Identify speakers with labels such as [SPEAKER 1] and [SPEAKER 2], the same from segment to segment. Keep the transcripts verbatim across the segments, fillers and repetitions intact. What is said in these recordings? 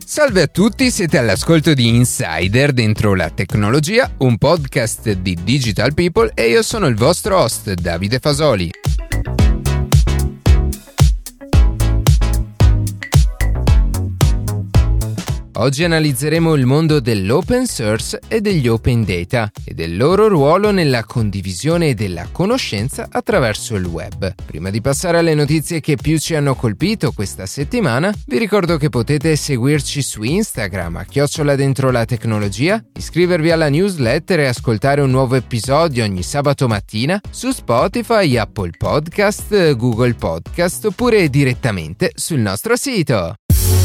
[SPEAKER 1] Salve a tutti, siete all'ascolto di Insider dentro la tecnologia, un podcast di Digital People e io sono il vostro host Davide Fasoli. Oggi analizzeremo il mondo dell'open source e degli open data e del loro ruolo nella condivisione della conoscenza attraverso il web. Prima di passare alle notizie che più ci hanno colpito questa settimana, vi ricordo che potete seguirci su Instagram a chiocciola dentro la tecnologia, iscrivervi alla newsletter e ascoltare un nuovo episodio ogni sabato mattina su Spotify, Apple Podcast, Google Podcast oppure direttamente sul nostro sito.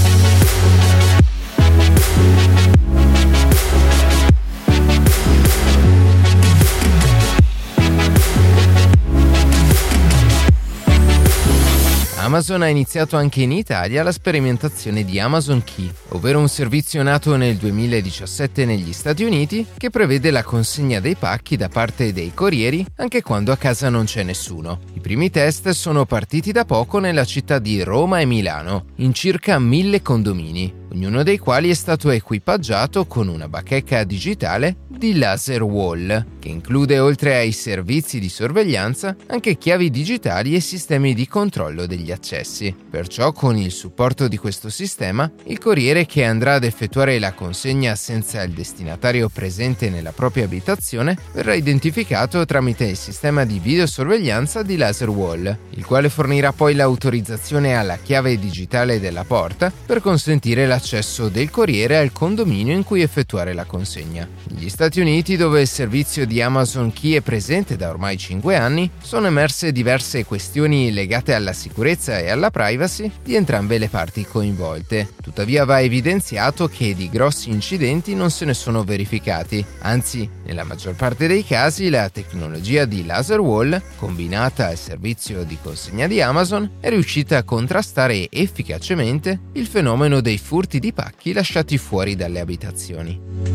[SPEAKER 1] Amazon ha iniziato anche in Italia la sperimentazione di Amazon Key, ovvero un servizio nato nel duemiladiciassette negli Stati Uniti che prevede la consegna dei pacchi da parte dei corrieri anche quando a casa non c'è nessuno. I primi test sono partiti da poco nella città di Roma e Milano, in circa mille condomini, ognuno dei quali è stato equipaggiato con una bacheca digitale di laser wall, che include oltre ai servizi di sorveglianza anche chiavi digitali e sistemi di controllo degli accessi. Perciò con il supporto di questo sistema, il corriere che andrà ad effettuare la consegna senza il destinatario presente nella propria abitazione verrà identificato tramite il sistema di videosorveglianza di laser wall, il quale fornirà poi l'autorizzazione alla chiave digitale della porta per consentire l'accesso del corriere al condominio in cui effettuare la consegna. Negli Stati Uniti, dove il servizio di Amazon Key è presente da ormai cinque anni, sono emerse diverse questioni legate alla sicurezza e alla privacy di entrambe le parti coinvolte. Tuttavia va evidenziato che di grossi incidenti non se ne sono verificati, anzi, nella maggior parte dei casi la tecnologia di laser wall, combinata al servizio di consegna di Amazon, è riuscita a contrastare efficacemente il fenomeno dei furti di pacchi lasciati fuori dalle abitazioni.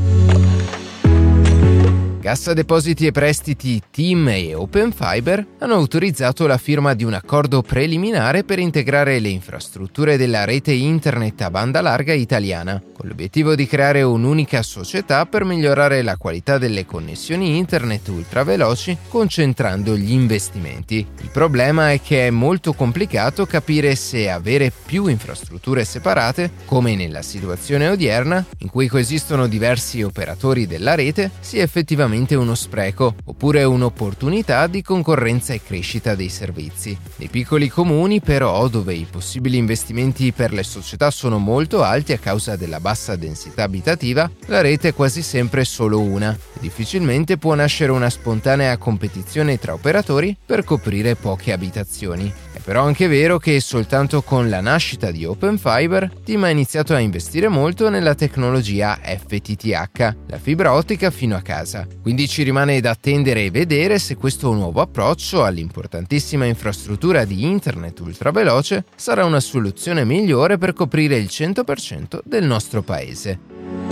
[SPEAKER 1] Cassa Depositi e Prestiti Team e Open Fiber hanno autorizzato la firma di un accordo preliminare per integrare le infrastrutture della rete internet a banda larga italiana, con l'obiettivo di creare un'unica società per migliorare la qualità delle connessioni internet ultraveloci concentrando gli investimenti. Il problema è che è molto complicato capire se avere più infrastrutture separate, come nella situazione odierna, in cui coesistono diversi operatori della rete, sia effettivamente uno spreco oppure un'opportunità di concorrenza e crescita dei servizi. Nei piccoli comuni, però, dove i possibili investimenti per le società sono molto alti a causa della bassa densità abitativa, la rete è quasi sempre solo una e difficilmente può nascere una spontanea competizione tra operatori per coprire poche abitazioni. È però anche vero che soltanto con la nascita di Open Fiber, Team ha iniziato a investire molto nella tecnologia F T T H, la fibra ottica fino a casa. Quindi ci rimane da attendere e vedere se questo nuovo approccio all'importantissima infrastruttura di internet ultraveloce sarà una soluzione migliore per coprire il cento per cento del nostro paese.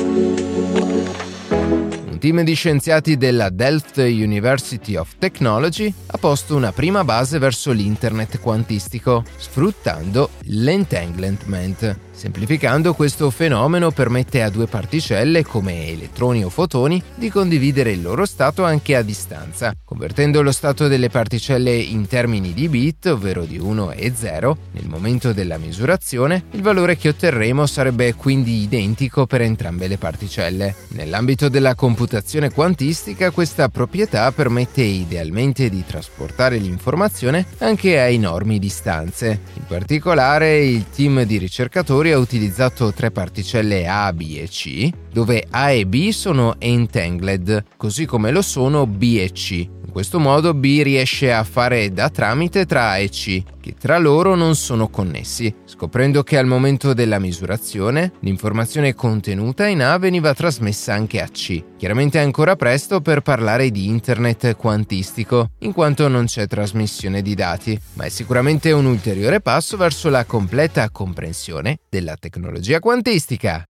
[SPEAKER 1] Un team di scienziati della Delft University of Technology ha posto una prima base verso l'internet quantistico, sfruttando l'entanglement. Semplificando, questo fenomeno permette a due particelle, come elettroni o fotoni, di condividere il loro stato anche a distanza. Convertendo lo stato delle particelle in termini di bit, ovvero di uno e zero, nel momento della misurazione, il valore che otterremo sarebbe quindi identico per entrambe le particelle. Nell'ambito della computazione quantistica, questa proprietà permette idealmente di trasportare l'informazione anche a enormi distanze. In particolare, il team di ricercatori ha utilizzato tre particelle A, B e C, dove A e B sono entangled, così come lo sono B e C. In questo modo B riesce a fare da tramite tra A e C, che tra loro non sono connessi, scoprendo che al momento della misurazione l'informazione contenuta in A veniva trasmessa anche a C. Chiaramente è ancora presto per parlare di internet quantistico, in quanto non c'è trasmissione di dati, ma è sicuramente un ulteriore passo verso la completa comprensione della tecnologia quantistica.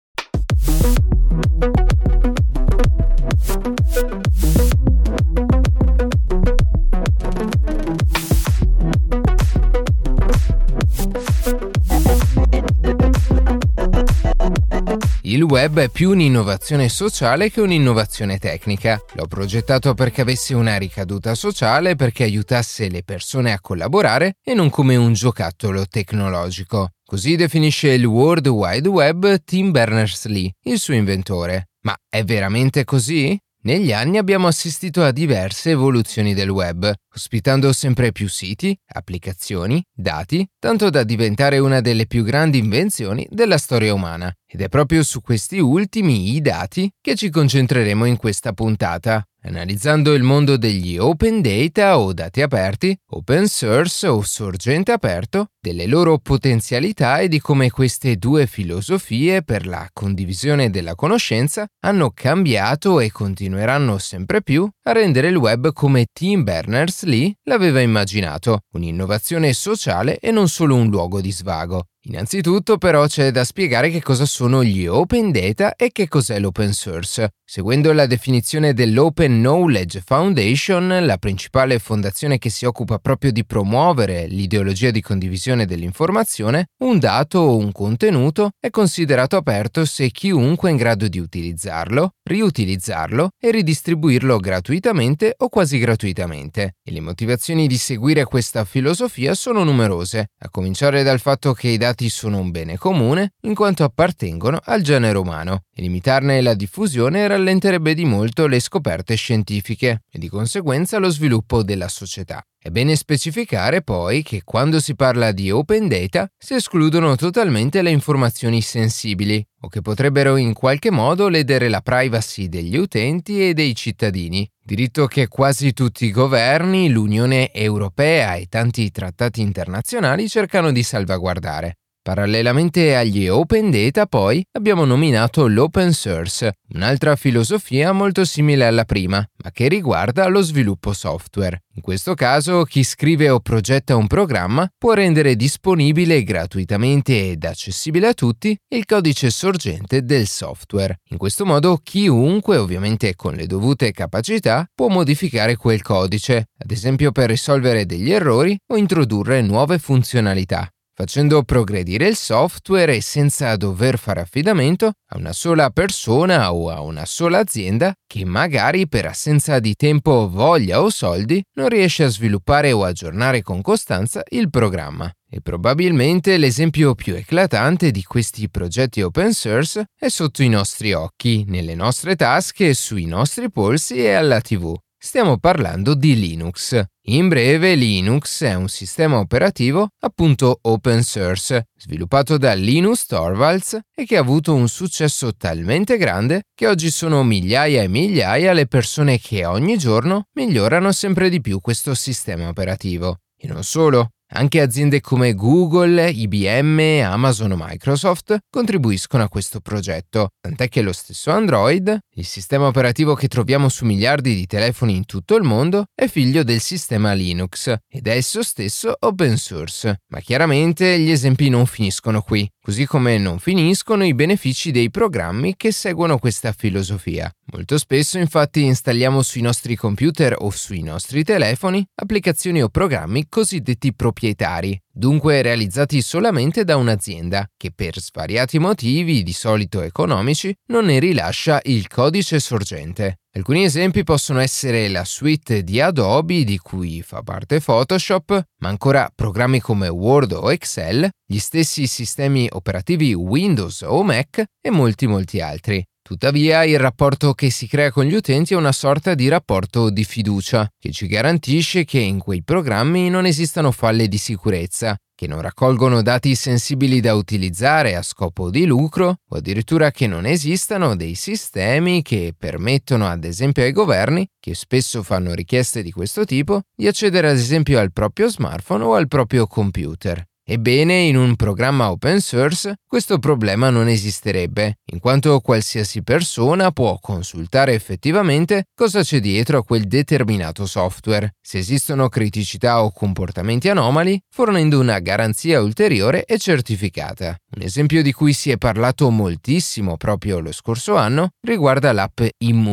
[SPEAKER 1] Il web è più un'innovazione sociale che un'innovazione tecnica. L'ho progettato perché avesse una ricaduta sociale, perché aiutasse le persone a collaborare e non come un giocattolo tecnologico. Così definisce il World Wide Web Tim Berners-Lee, il suo inventore. Ma è veramente così? Negli anni abbiamo assistito a diverse evoluzioni del web, ospitando sempre più siti, applicazioni, dati, tanto da diventare una delle più grandi invenzioni della storia umana. Ed è proprio su questi ultimi, i dati, che ci concentreremo in questa puntata, analizzando il mondo degli open data o dati aperti, open source o sorgente aperto, delle loro potenzialità e di come queste due filosofie per la condivisione della conoscenza hanno cambiato e continueranno sempre più a rendere il web come Tim Berners-Lee l'aveva immaginato, un'innovazione sociale e non solo un luogo di svago. Innanzitutto però c'è da spiegare che cosa sono gli open data e che cos'è l'open source. Seguendo la definizione dell'Open Knowledge Foundation, la principale fondazione che si occupa proprio di promuovere l'ideologia di condivisione dell'informazione, un dato o un contenuto è considerato aperto se chiunque è in grado di utilizzarlo, riutilizzarlo e ridistribuirlo gratuitamente o quasi gratuitamente. E le motivazioni di seguire questa filosofia sono numerose, a cominciare dal fatto che i dati sono un bene comune in quanto appartengono al genere umano e limitarne la diffusione rallenterebbe di molto le scoperte scientifiche e di conseguenza lo sviluppo della società. È bene specificare poi che quando si parla di open data si escludono totalmente le informazioni sensibili o che potrebbero in qualche modo ledere la privacy degli utenti e dei cittadini, diritto che quasi tutti i governi, l'Unione Europea e tanti trattati internazionali cercano di salvaguardare. Parallelamente agli open data, poi, abbiamo nominato l'open source, un'altra filosofia molto simile alla prima, ma che riguarda lo sviluppo software. In questo caso, chi scrive o progetta un programma può rendere disponibile gratuitamente ed accessibile a tutti il codice sorgente del software. In questo modo, chiunque, ovviamente con le dovute capacità, può modificare quel codice, ad esempio per risolvere degli errori o introdurre nuove funzionalità, facendo progredire il software e senza dover fare affidamento a una sola persona o a una sola azienda che magari per assenza di tempo, voglia o soldi non riesce a sviluppare o aggiornare con costanza il programma. E probabilmente l'esempio più eclatante di questi progetti open source è sotto i nostri occhi, nelle nostre tasche, sui nostri polsi e alla tivù. Stiamo parlando di Linux. In breve, Linux è un sistema operativo appunto open source, sviluppato da Linus Torvalds e che ha avuto un successo talmente grande che oggi sono migliaia e migliaia le persone che ogni giorno migliorano sempre di più questo sistema operativo. E non solo. Anche aziende come Google, I B M, Amazon o Microsoft contribuiscono a questo progetto, tant'è che lo stesso Android, il sistema operativo che troviamo su miliardi di telefoni in tutto il mondo, è figlio del sistema Linux ed è esso stesso open source. Ma chiaramente gli esempi non finiscono qui, così come non finiscono i benefici dei programmi che seguono questa filosofia. Molto spesso infatti installiamo sui nostri computer o sui nostri telefoni applicazioni o programmi cosiddetti proprietari, dunque realizzati solamente da un'azienda che per svariati motivi, di solito economici, non ne rilascia il codice sorgente. Alcuni esempi possono essere la suite di Adobe di cui fa parte Photoshop, ma ancora programmi come Word o Excel, gli stessi sistemi operativi Windows o Mac e molti molti altri. Tuttavia, il rapporto che si crea con gli utenti è una sorta di rapporto di fiducia, che ci garantisce che in quei programmi non esistano falle di sicurezza, che non raccolgono dati sensibili da utilizzare a scopo di lucro, o addirittura che non esistano dei sistemi che permettono ad esempio ai governi, che spesso fanno richieste di questo tipo, di accedere ad esempio al proprio smartphone o al proprio computer. Ebbene, in un programma open source questo problema non esisterebbe, in quanto qualsiasi persona può consultare effettivamente cosa c'è dietro a quel determinato software, se esistono criticità o comportamenti anomali, fornendo una garanzia ulteriore e certificata. Un esempio di cui si è parlato moltissimo proprio lo scorso anno riguarda l'app Immuni,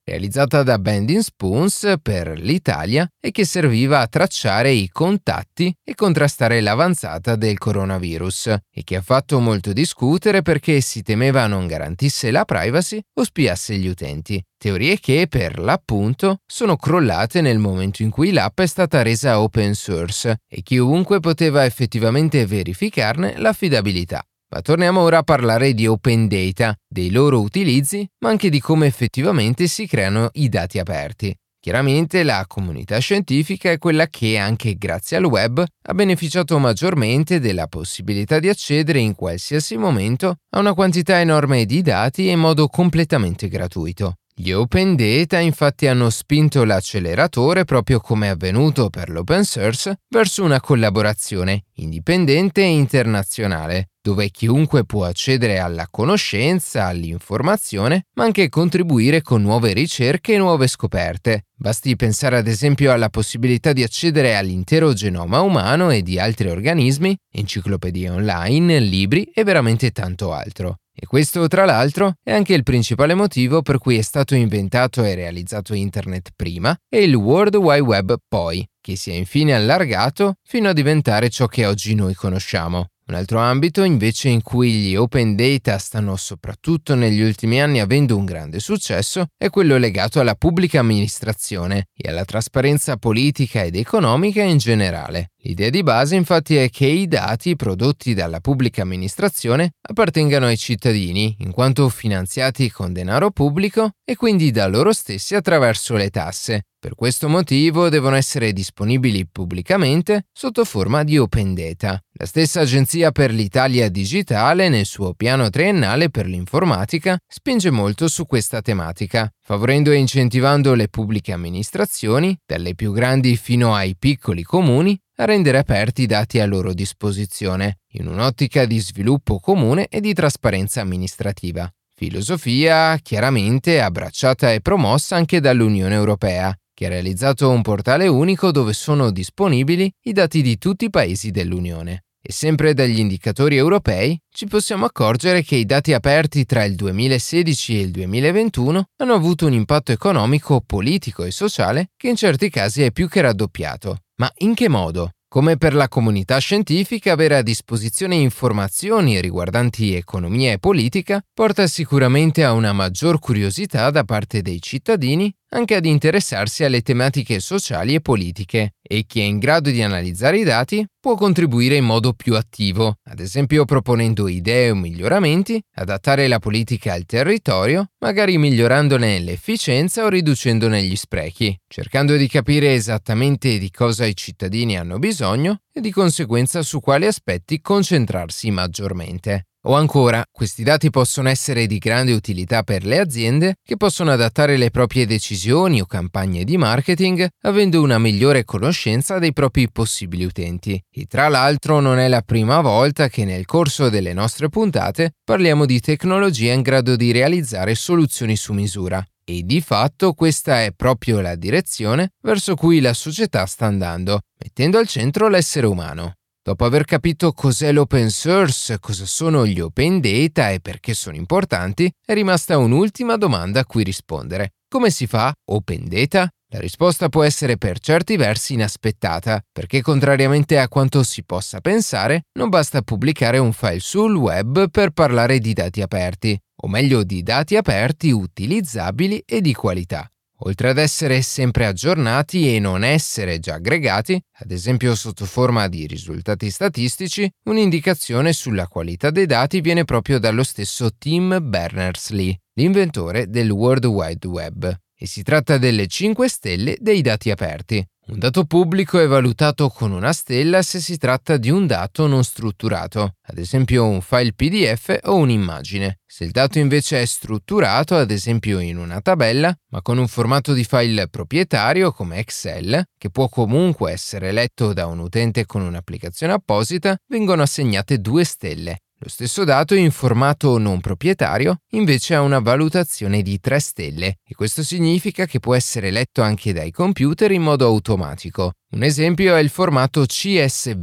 [SPEAKER 1] realizzata da Bending Spoons per l'Italia e che serviva a tracciare i contatti e contrastare l'avanzata del coronavirus, e che ha fatto molto discutere perché si temeva non garantisse la privacy o spiasse gli utenti. Teorie che, per l'appunto, sono crollate nel momento in cui l'app è stata resa open source e chiunque poteva effettivamente verificarne l'affidabilità. Ma torniamo ora a parlare di open data, dei loro utilizzi, ma anche di come effettivamente si creano i dati aperti. Chiaramente la comunità scientifica è quella che, anche grazie al web, ha beneficiato maggiormente della possibilità di accedere in qualsiasi momento a una quantità enorme di dati in modo completamente gratuito. Gli open data infatti hanno spinto l'acceleratore, proprio come è avvenuto per l'open source, verso una collaborazione indipendente e internazionale, dove chiunque può accedere alla conoscenza, all'informazione, ma anche contribuire con nuove ricerche e nuove scoperte. Basti pensare ad esempio alla possibilità di accedere all'intero genoma umano e di altri organismi, enciclopedie online, libri e veramente tanto altro. E questo, tra l'altro, è anche il principale motivo per cui è stato inventato e realizzato Internet prima e il World Wide Web poi, che si è infine allargato fino a diventare ciò che oggi noi conosciamo. Un altro ambito invece in cui gli open data stanno soprattutto negli ultimi anni avendo un grande successo è quello legato alla pubblica amministrazione e alla trasparenza politica ed economica in generale. L'idea di base infatti è che i dati prodotti dalla pubblica amministrazione appartengano ai cittadini, in quanto finanziati con denaro pubblico e quindi da loro stessi attraverso le tasse. Per questo motivo devono essere disponibili pubblicamente sotto forma di open data. La stessa Agenzia per l'Italia Digitale, nel suo piano triennale per l'informatica, spinge molto su questa tematica, favorendo e incentivando le pubbliche amministrazioni, dalle più grandi fino ai piccoli comuni, a rendere aperti i dati a loro disposizione, in un'ottica di sviluppo comune e di trasparenza amministrativa. Filosofia chiaramente abbracciata e promossa anche dall'Unione Europea, che ha realizzato un portale unico dove sono disponibili i dati di tutti i paesi dell'Unione. E sempre dagli indicatori europei ci possiamo accorgere che i dati aperti tra il duemilasedici e il duemilaventuno hanno avuto un impatto economico, politico e sociale che in certi casi è più che raddoppiato. Ma in che modo? Come per la comunità scientifica, avere a disposizione informazioni riguardanti economia e politica porta sicuramente a una maggior curiosità da parte dei cittadini anche ad interessarsi alle tematiche sociali e politiche, e chi è in grado di analizzare i dati può contribuire in modo più attivo, ad esempio proponendo idee o miglioramenti, adattare la politica al territorio, magari migliorandone l'efficienza o riducendone gli sprechi, cercando di capire esattamente di cosa i cittadini hanno bisogno e di conseguenza su quali aspetti concentrarsi maggiormente. O ancora, questi dati possono essere di grande utilità per le aziende che possono adattare le proprie decisioni o campagne di marketing avendo una migliore conoscenza dei propri possibili utenti. E tra l'altro non è la prima volta che nel corso delle nostre puntate parliamo di tecnologia in grado di realizzare soluzioni su misura. E di fatto questa è proprio la direzione verso cui la società sta andando, mettendo al centro l'essere umano. Dopo aver capito cos'è l'open source, cosa sono gli open data e perché sono importanti, è rimasta un'ultima domanda a cui rispondere. Come si fa open data? La risposta può essere per certi versi inaspettata, perché contrariamente a quanto si possa pensare, non basta pubblicare un file sul web per parlare di dati aperti, o meglio di dati aperti utilizzabili e di qualità. Oltre ad essere sempre aggiornati e non essere già aggregati, ad esempio sotto forma di risultati statistici, un'indicazione sulla qualità dei dati viene proprio dallo stesso Tim Berners-Lee, l'inventore del World Wide Web, e si tratta delle cinque stelle dei dati aperti. Un dato pubblico è valutato con una stella se si tratta di un dato non strutturato, ad esempio un file P D F o un'immagine. Se il dato invece è strutturato, ad esempio in una tabella, ma con un formato di file proprietario come Excel, che può comunque essere letto da un utente con un'applicazione apposita, vengono assegnate due stelle. Lo stesso dato in formato non proprietario invece ha una valutazione di tre stelle e questo significa che può essere letto anche dai computer in modo automatico. Un esempio è il formato C S V,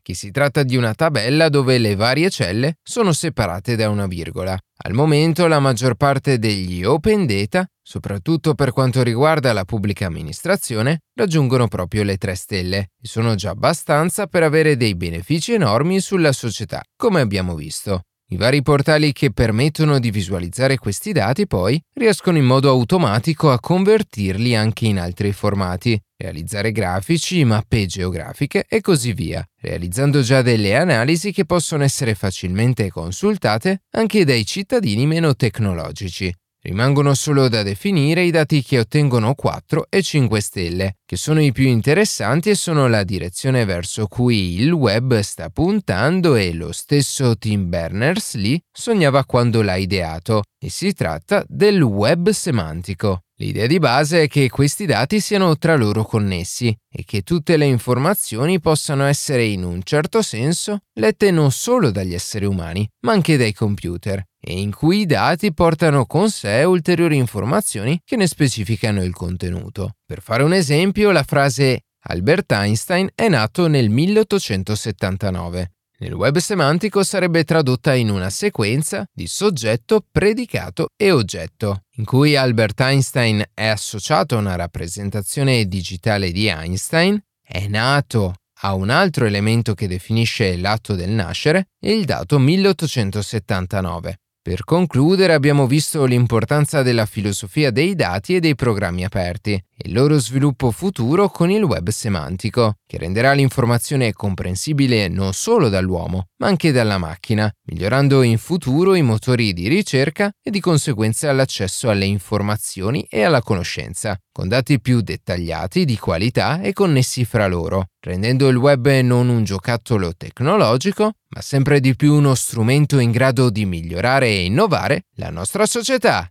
[SPEAKER 1] che si tratta di una tabella dove le varie celle sono separate da una virgola. Al momento la maggior parte degli open data, soprattutto per quanto riguarda la pubblica amministrazione, raggiungono proprio le tre stelle e sono già abbastanza per avere dei benefici enormi sulla società, come abbiamo visto. I vari portali che permettono di visualizzare questi dati poi riescono in modo automatico a convertirli anche in altri formati, realizzare grafici, mappe geografiche e così via, realizzando già delle analisi che possono essere facilmente consultate anche dai cittadini meno tecnologici. Rimangono solo da definire i dati che ottengono quattro e cinque stelle, che sono i più interessanti e sono la direzione verso cui il web sta puntando e lo stesso Tim Berners-Lee sognava quando l'ha ideato, e si tratta del web semantico. L'idea di base è che questi dati siano tra loro connessi e che tutte le informazioni possano essere in un certo senso lette non solo dagli esseri umani, ma anche dai computer, e in cui i dati portano con sé ulteriori informazioni che ne specificano il contenuto. Per fare un esempio, la frase Albert Einstein è nato nel milleottocentosettantanove. Nel web semantico sarebbe tradotta in una sequenza di soggetto, predicato e oggetto, in cui Albert Einstein è associato a una rappresentazione digitale di Einstein, è nato a un altro elemento che definisce l'atto del nascere e il dato milleottocentosettantanove. Per concludere, abbiamo visto l'importanza della filosofia dei dati e dei programmi aperti e il loro sviluppo futuro con il web semantico, che renderà l'informazione comprensibile non solo dall'uomo, ma anche dalla macchina, migliorando in futuro i motori di ricerca e di conseguenza l'accesso alle informazioni e alla conoscenza, con dati più dettagliati, di qualità e connessi fra loro, rendendo il web non un giocattolo tecnologico, ma sempre di più uno strumento in grado di migliorare e innovare la nostra società.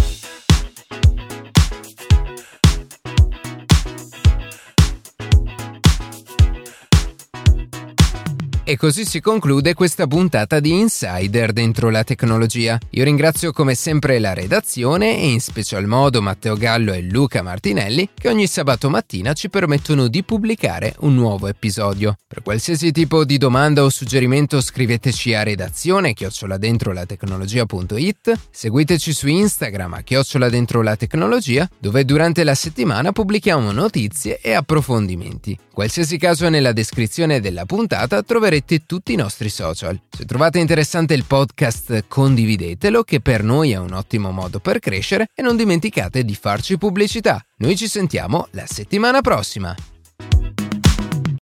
[SPEAKER 1] E così si conclude questa puntata di Insider dentro la tecnologia. Io ringrazio come sempre la redazione e in special modo Matteo Gallo e Luca Martinelli che ogni sabato mattina ci permettono di pubblicare un nuovo episodio. Per qualsiasi tipo di domanda o suggerimento scriveteci a redazione chiocciola dentro la tecnologia punto it, seguiteci su Instagram a chiocciola dentro la tecnologia, dove durante la settimana pubblichiamo notizie e approfondimenti. Qualsiasi caso nella descrizione della puntata troverete tutti i nostri social. Se trovate interessante il podcast, condividetelo, che per noi è un ottimo modo per crescere, e non dimenticate di farci pubblicità. Noi ci sentiamo la settimana prossima.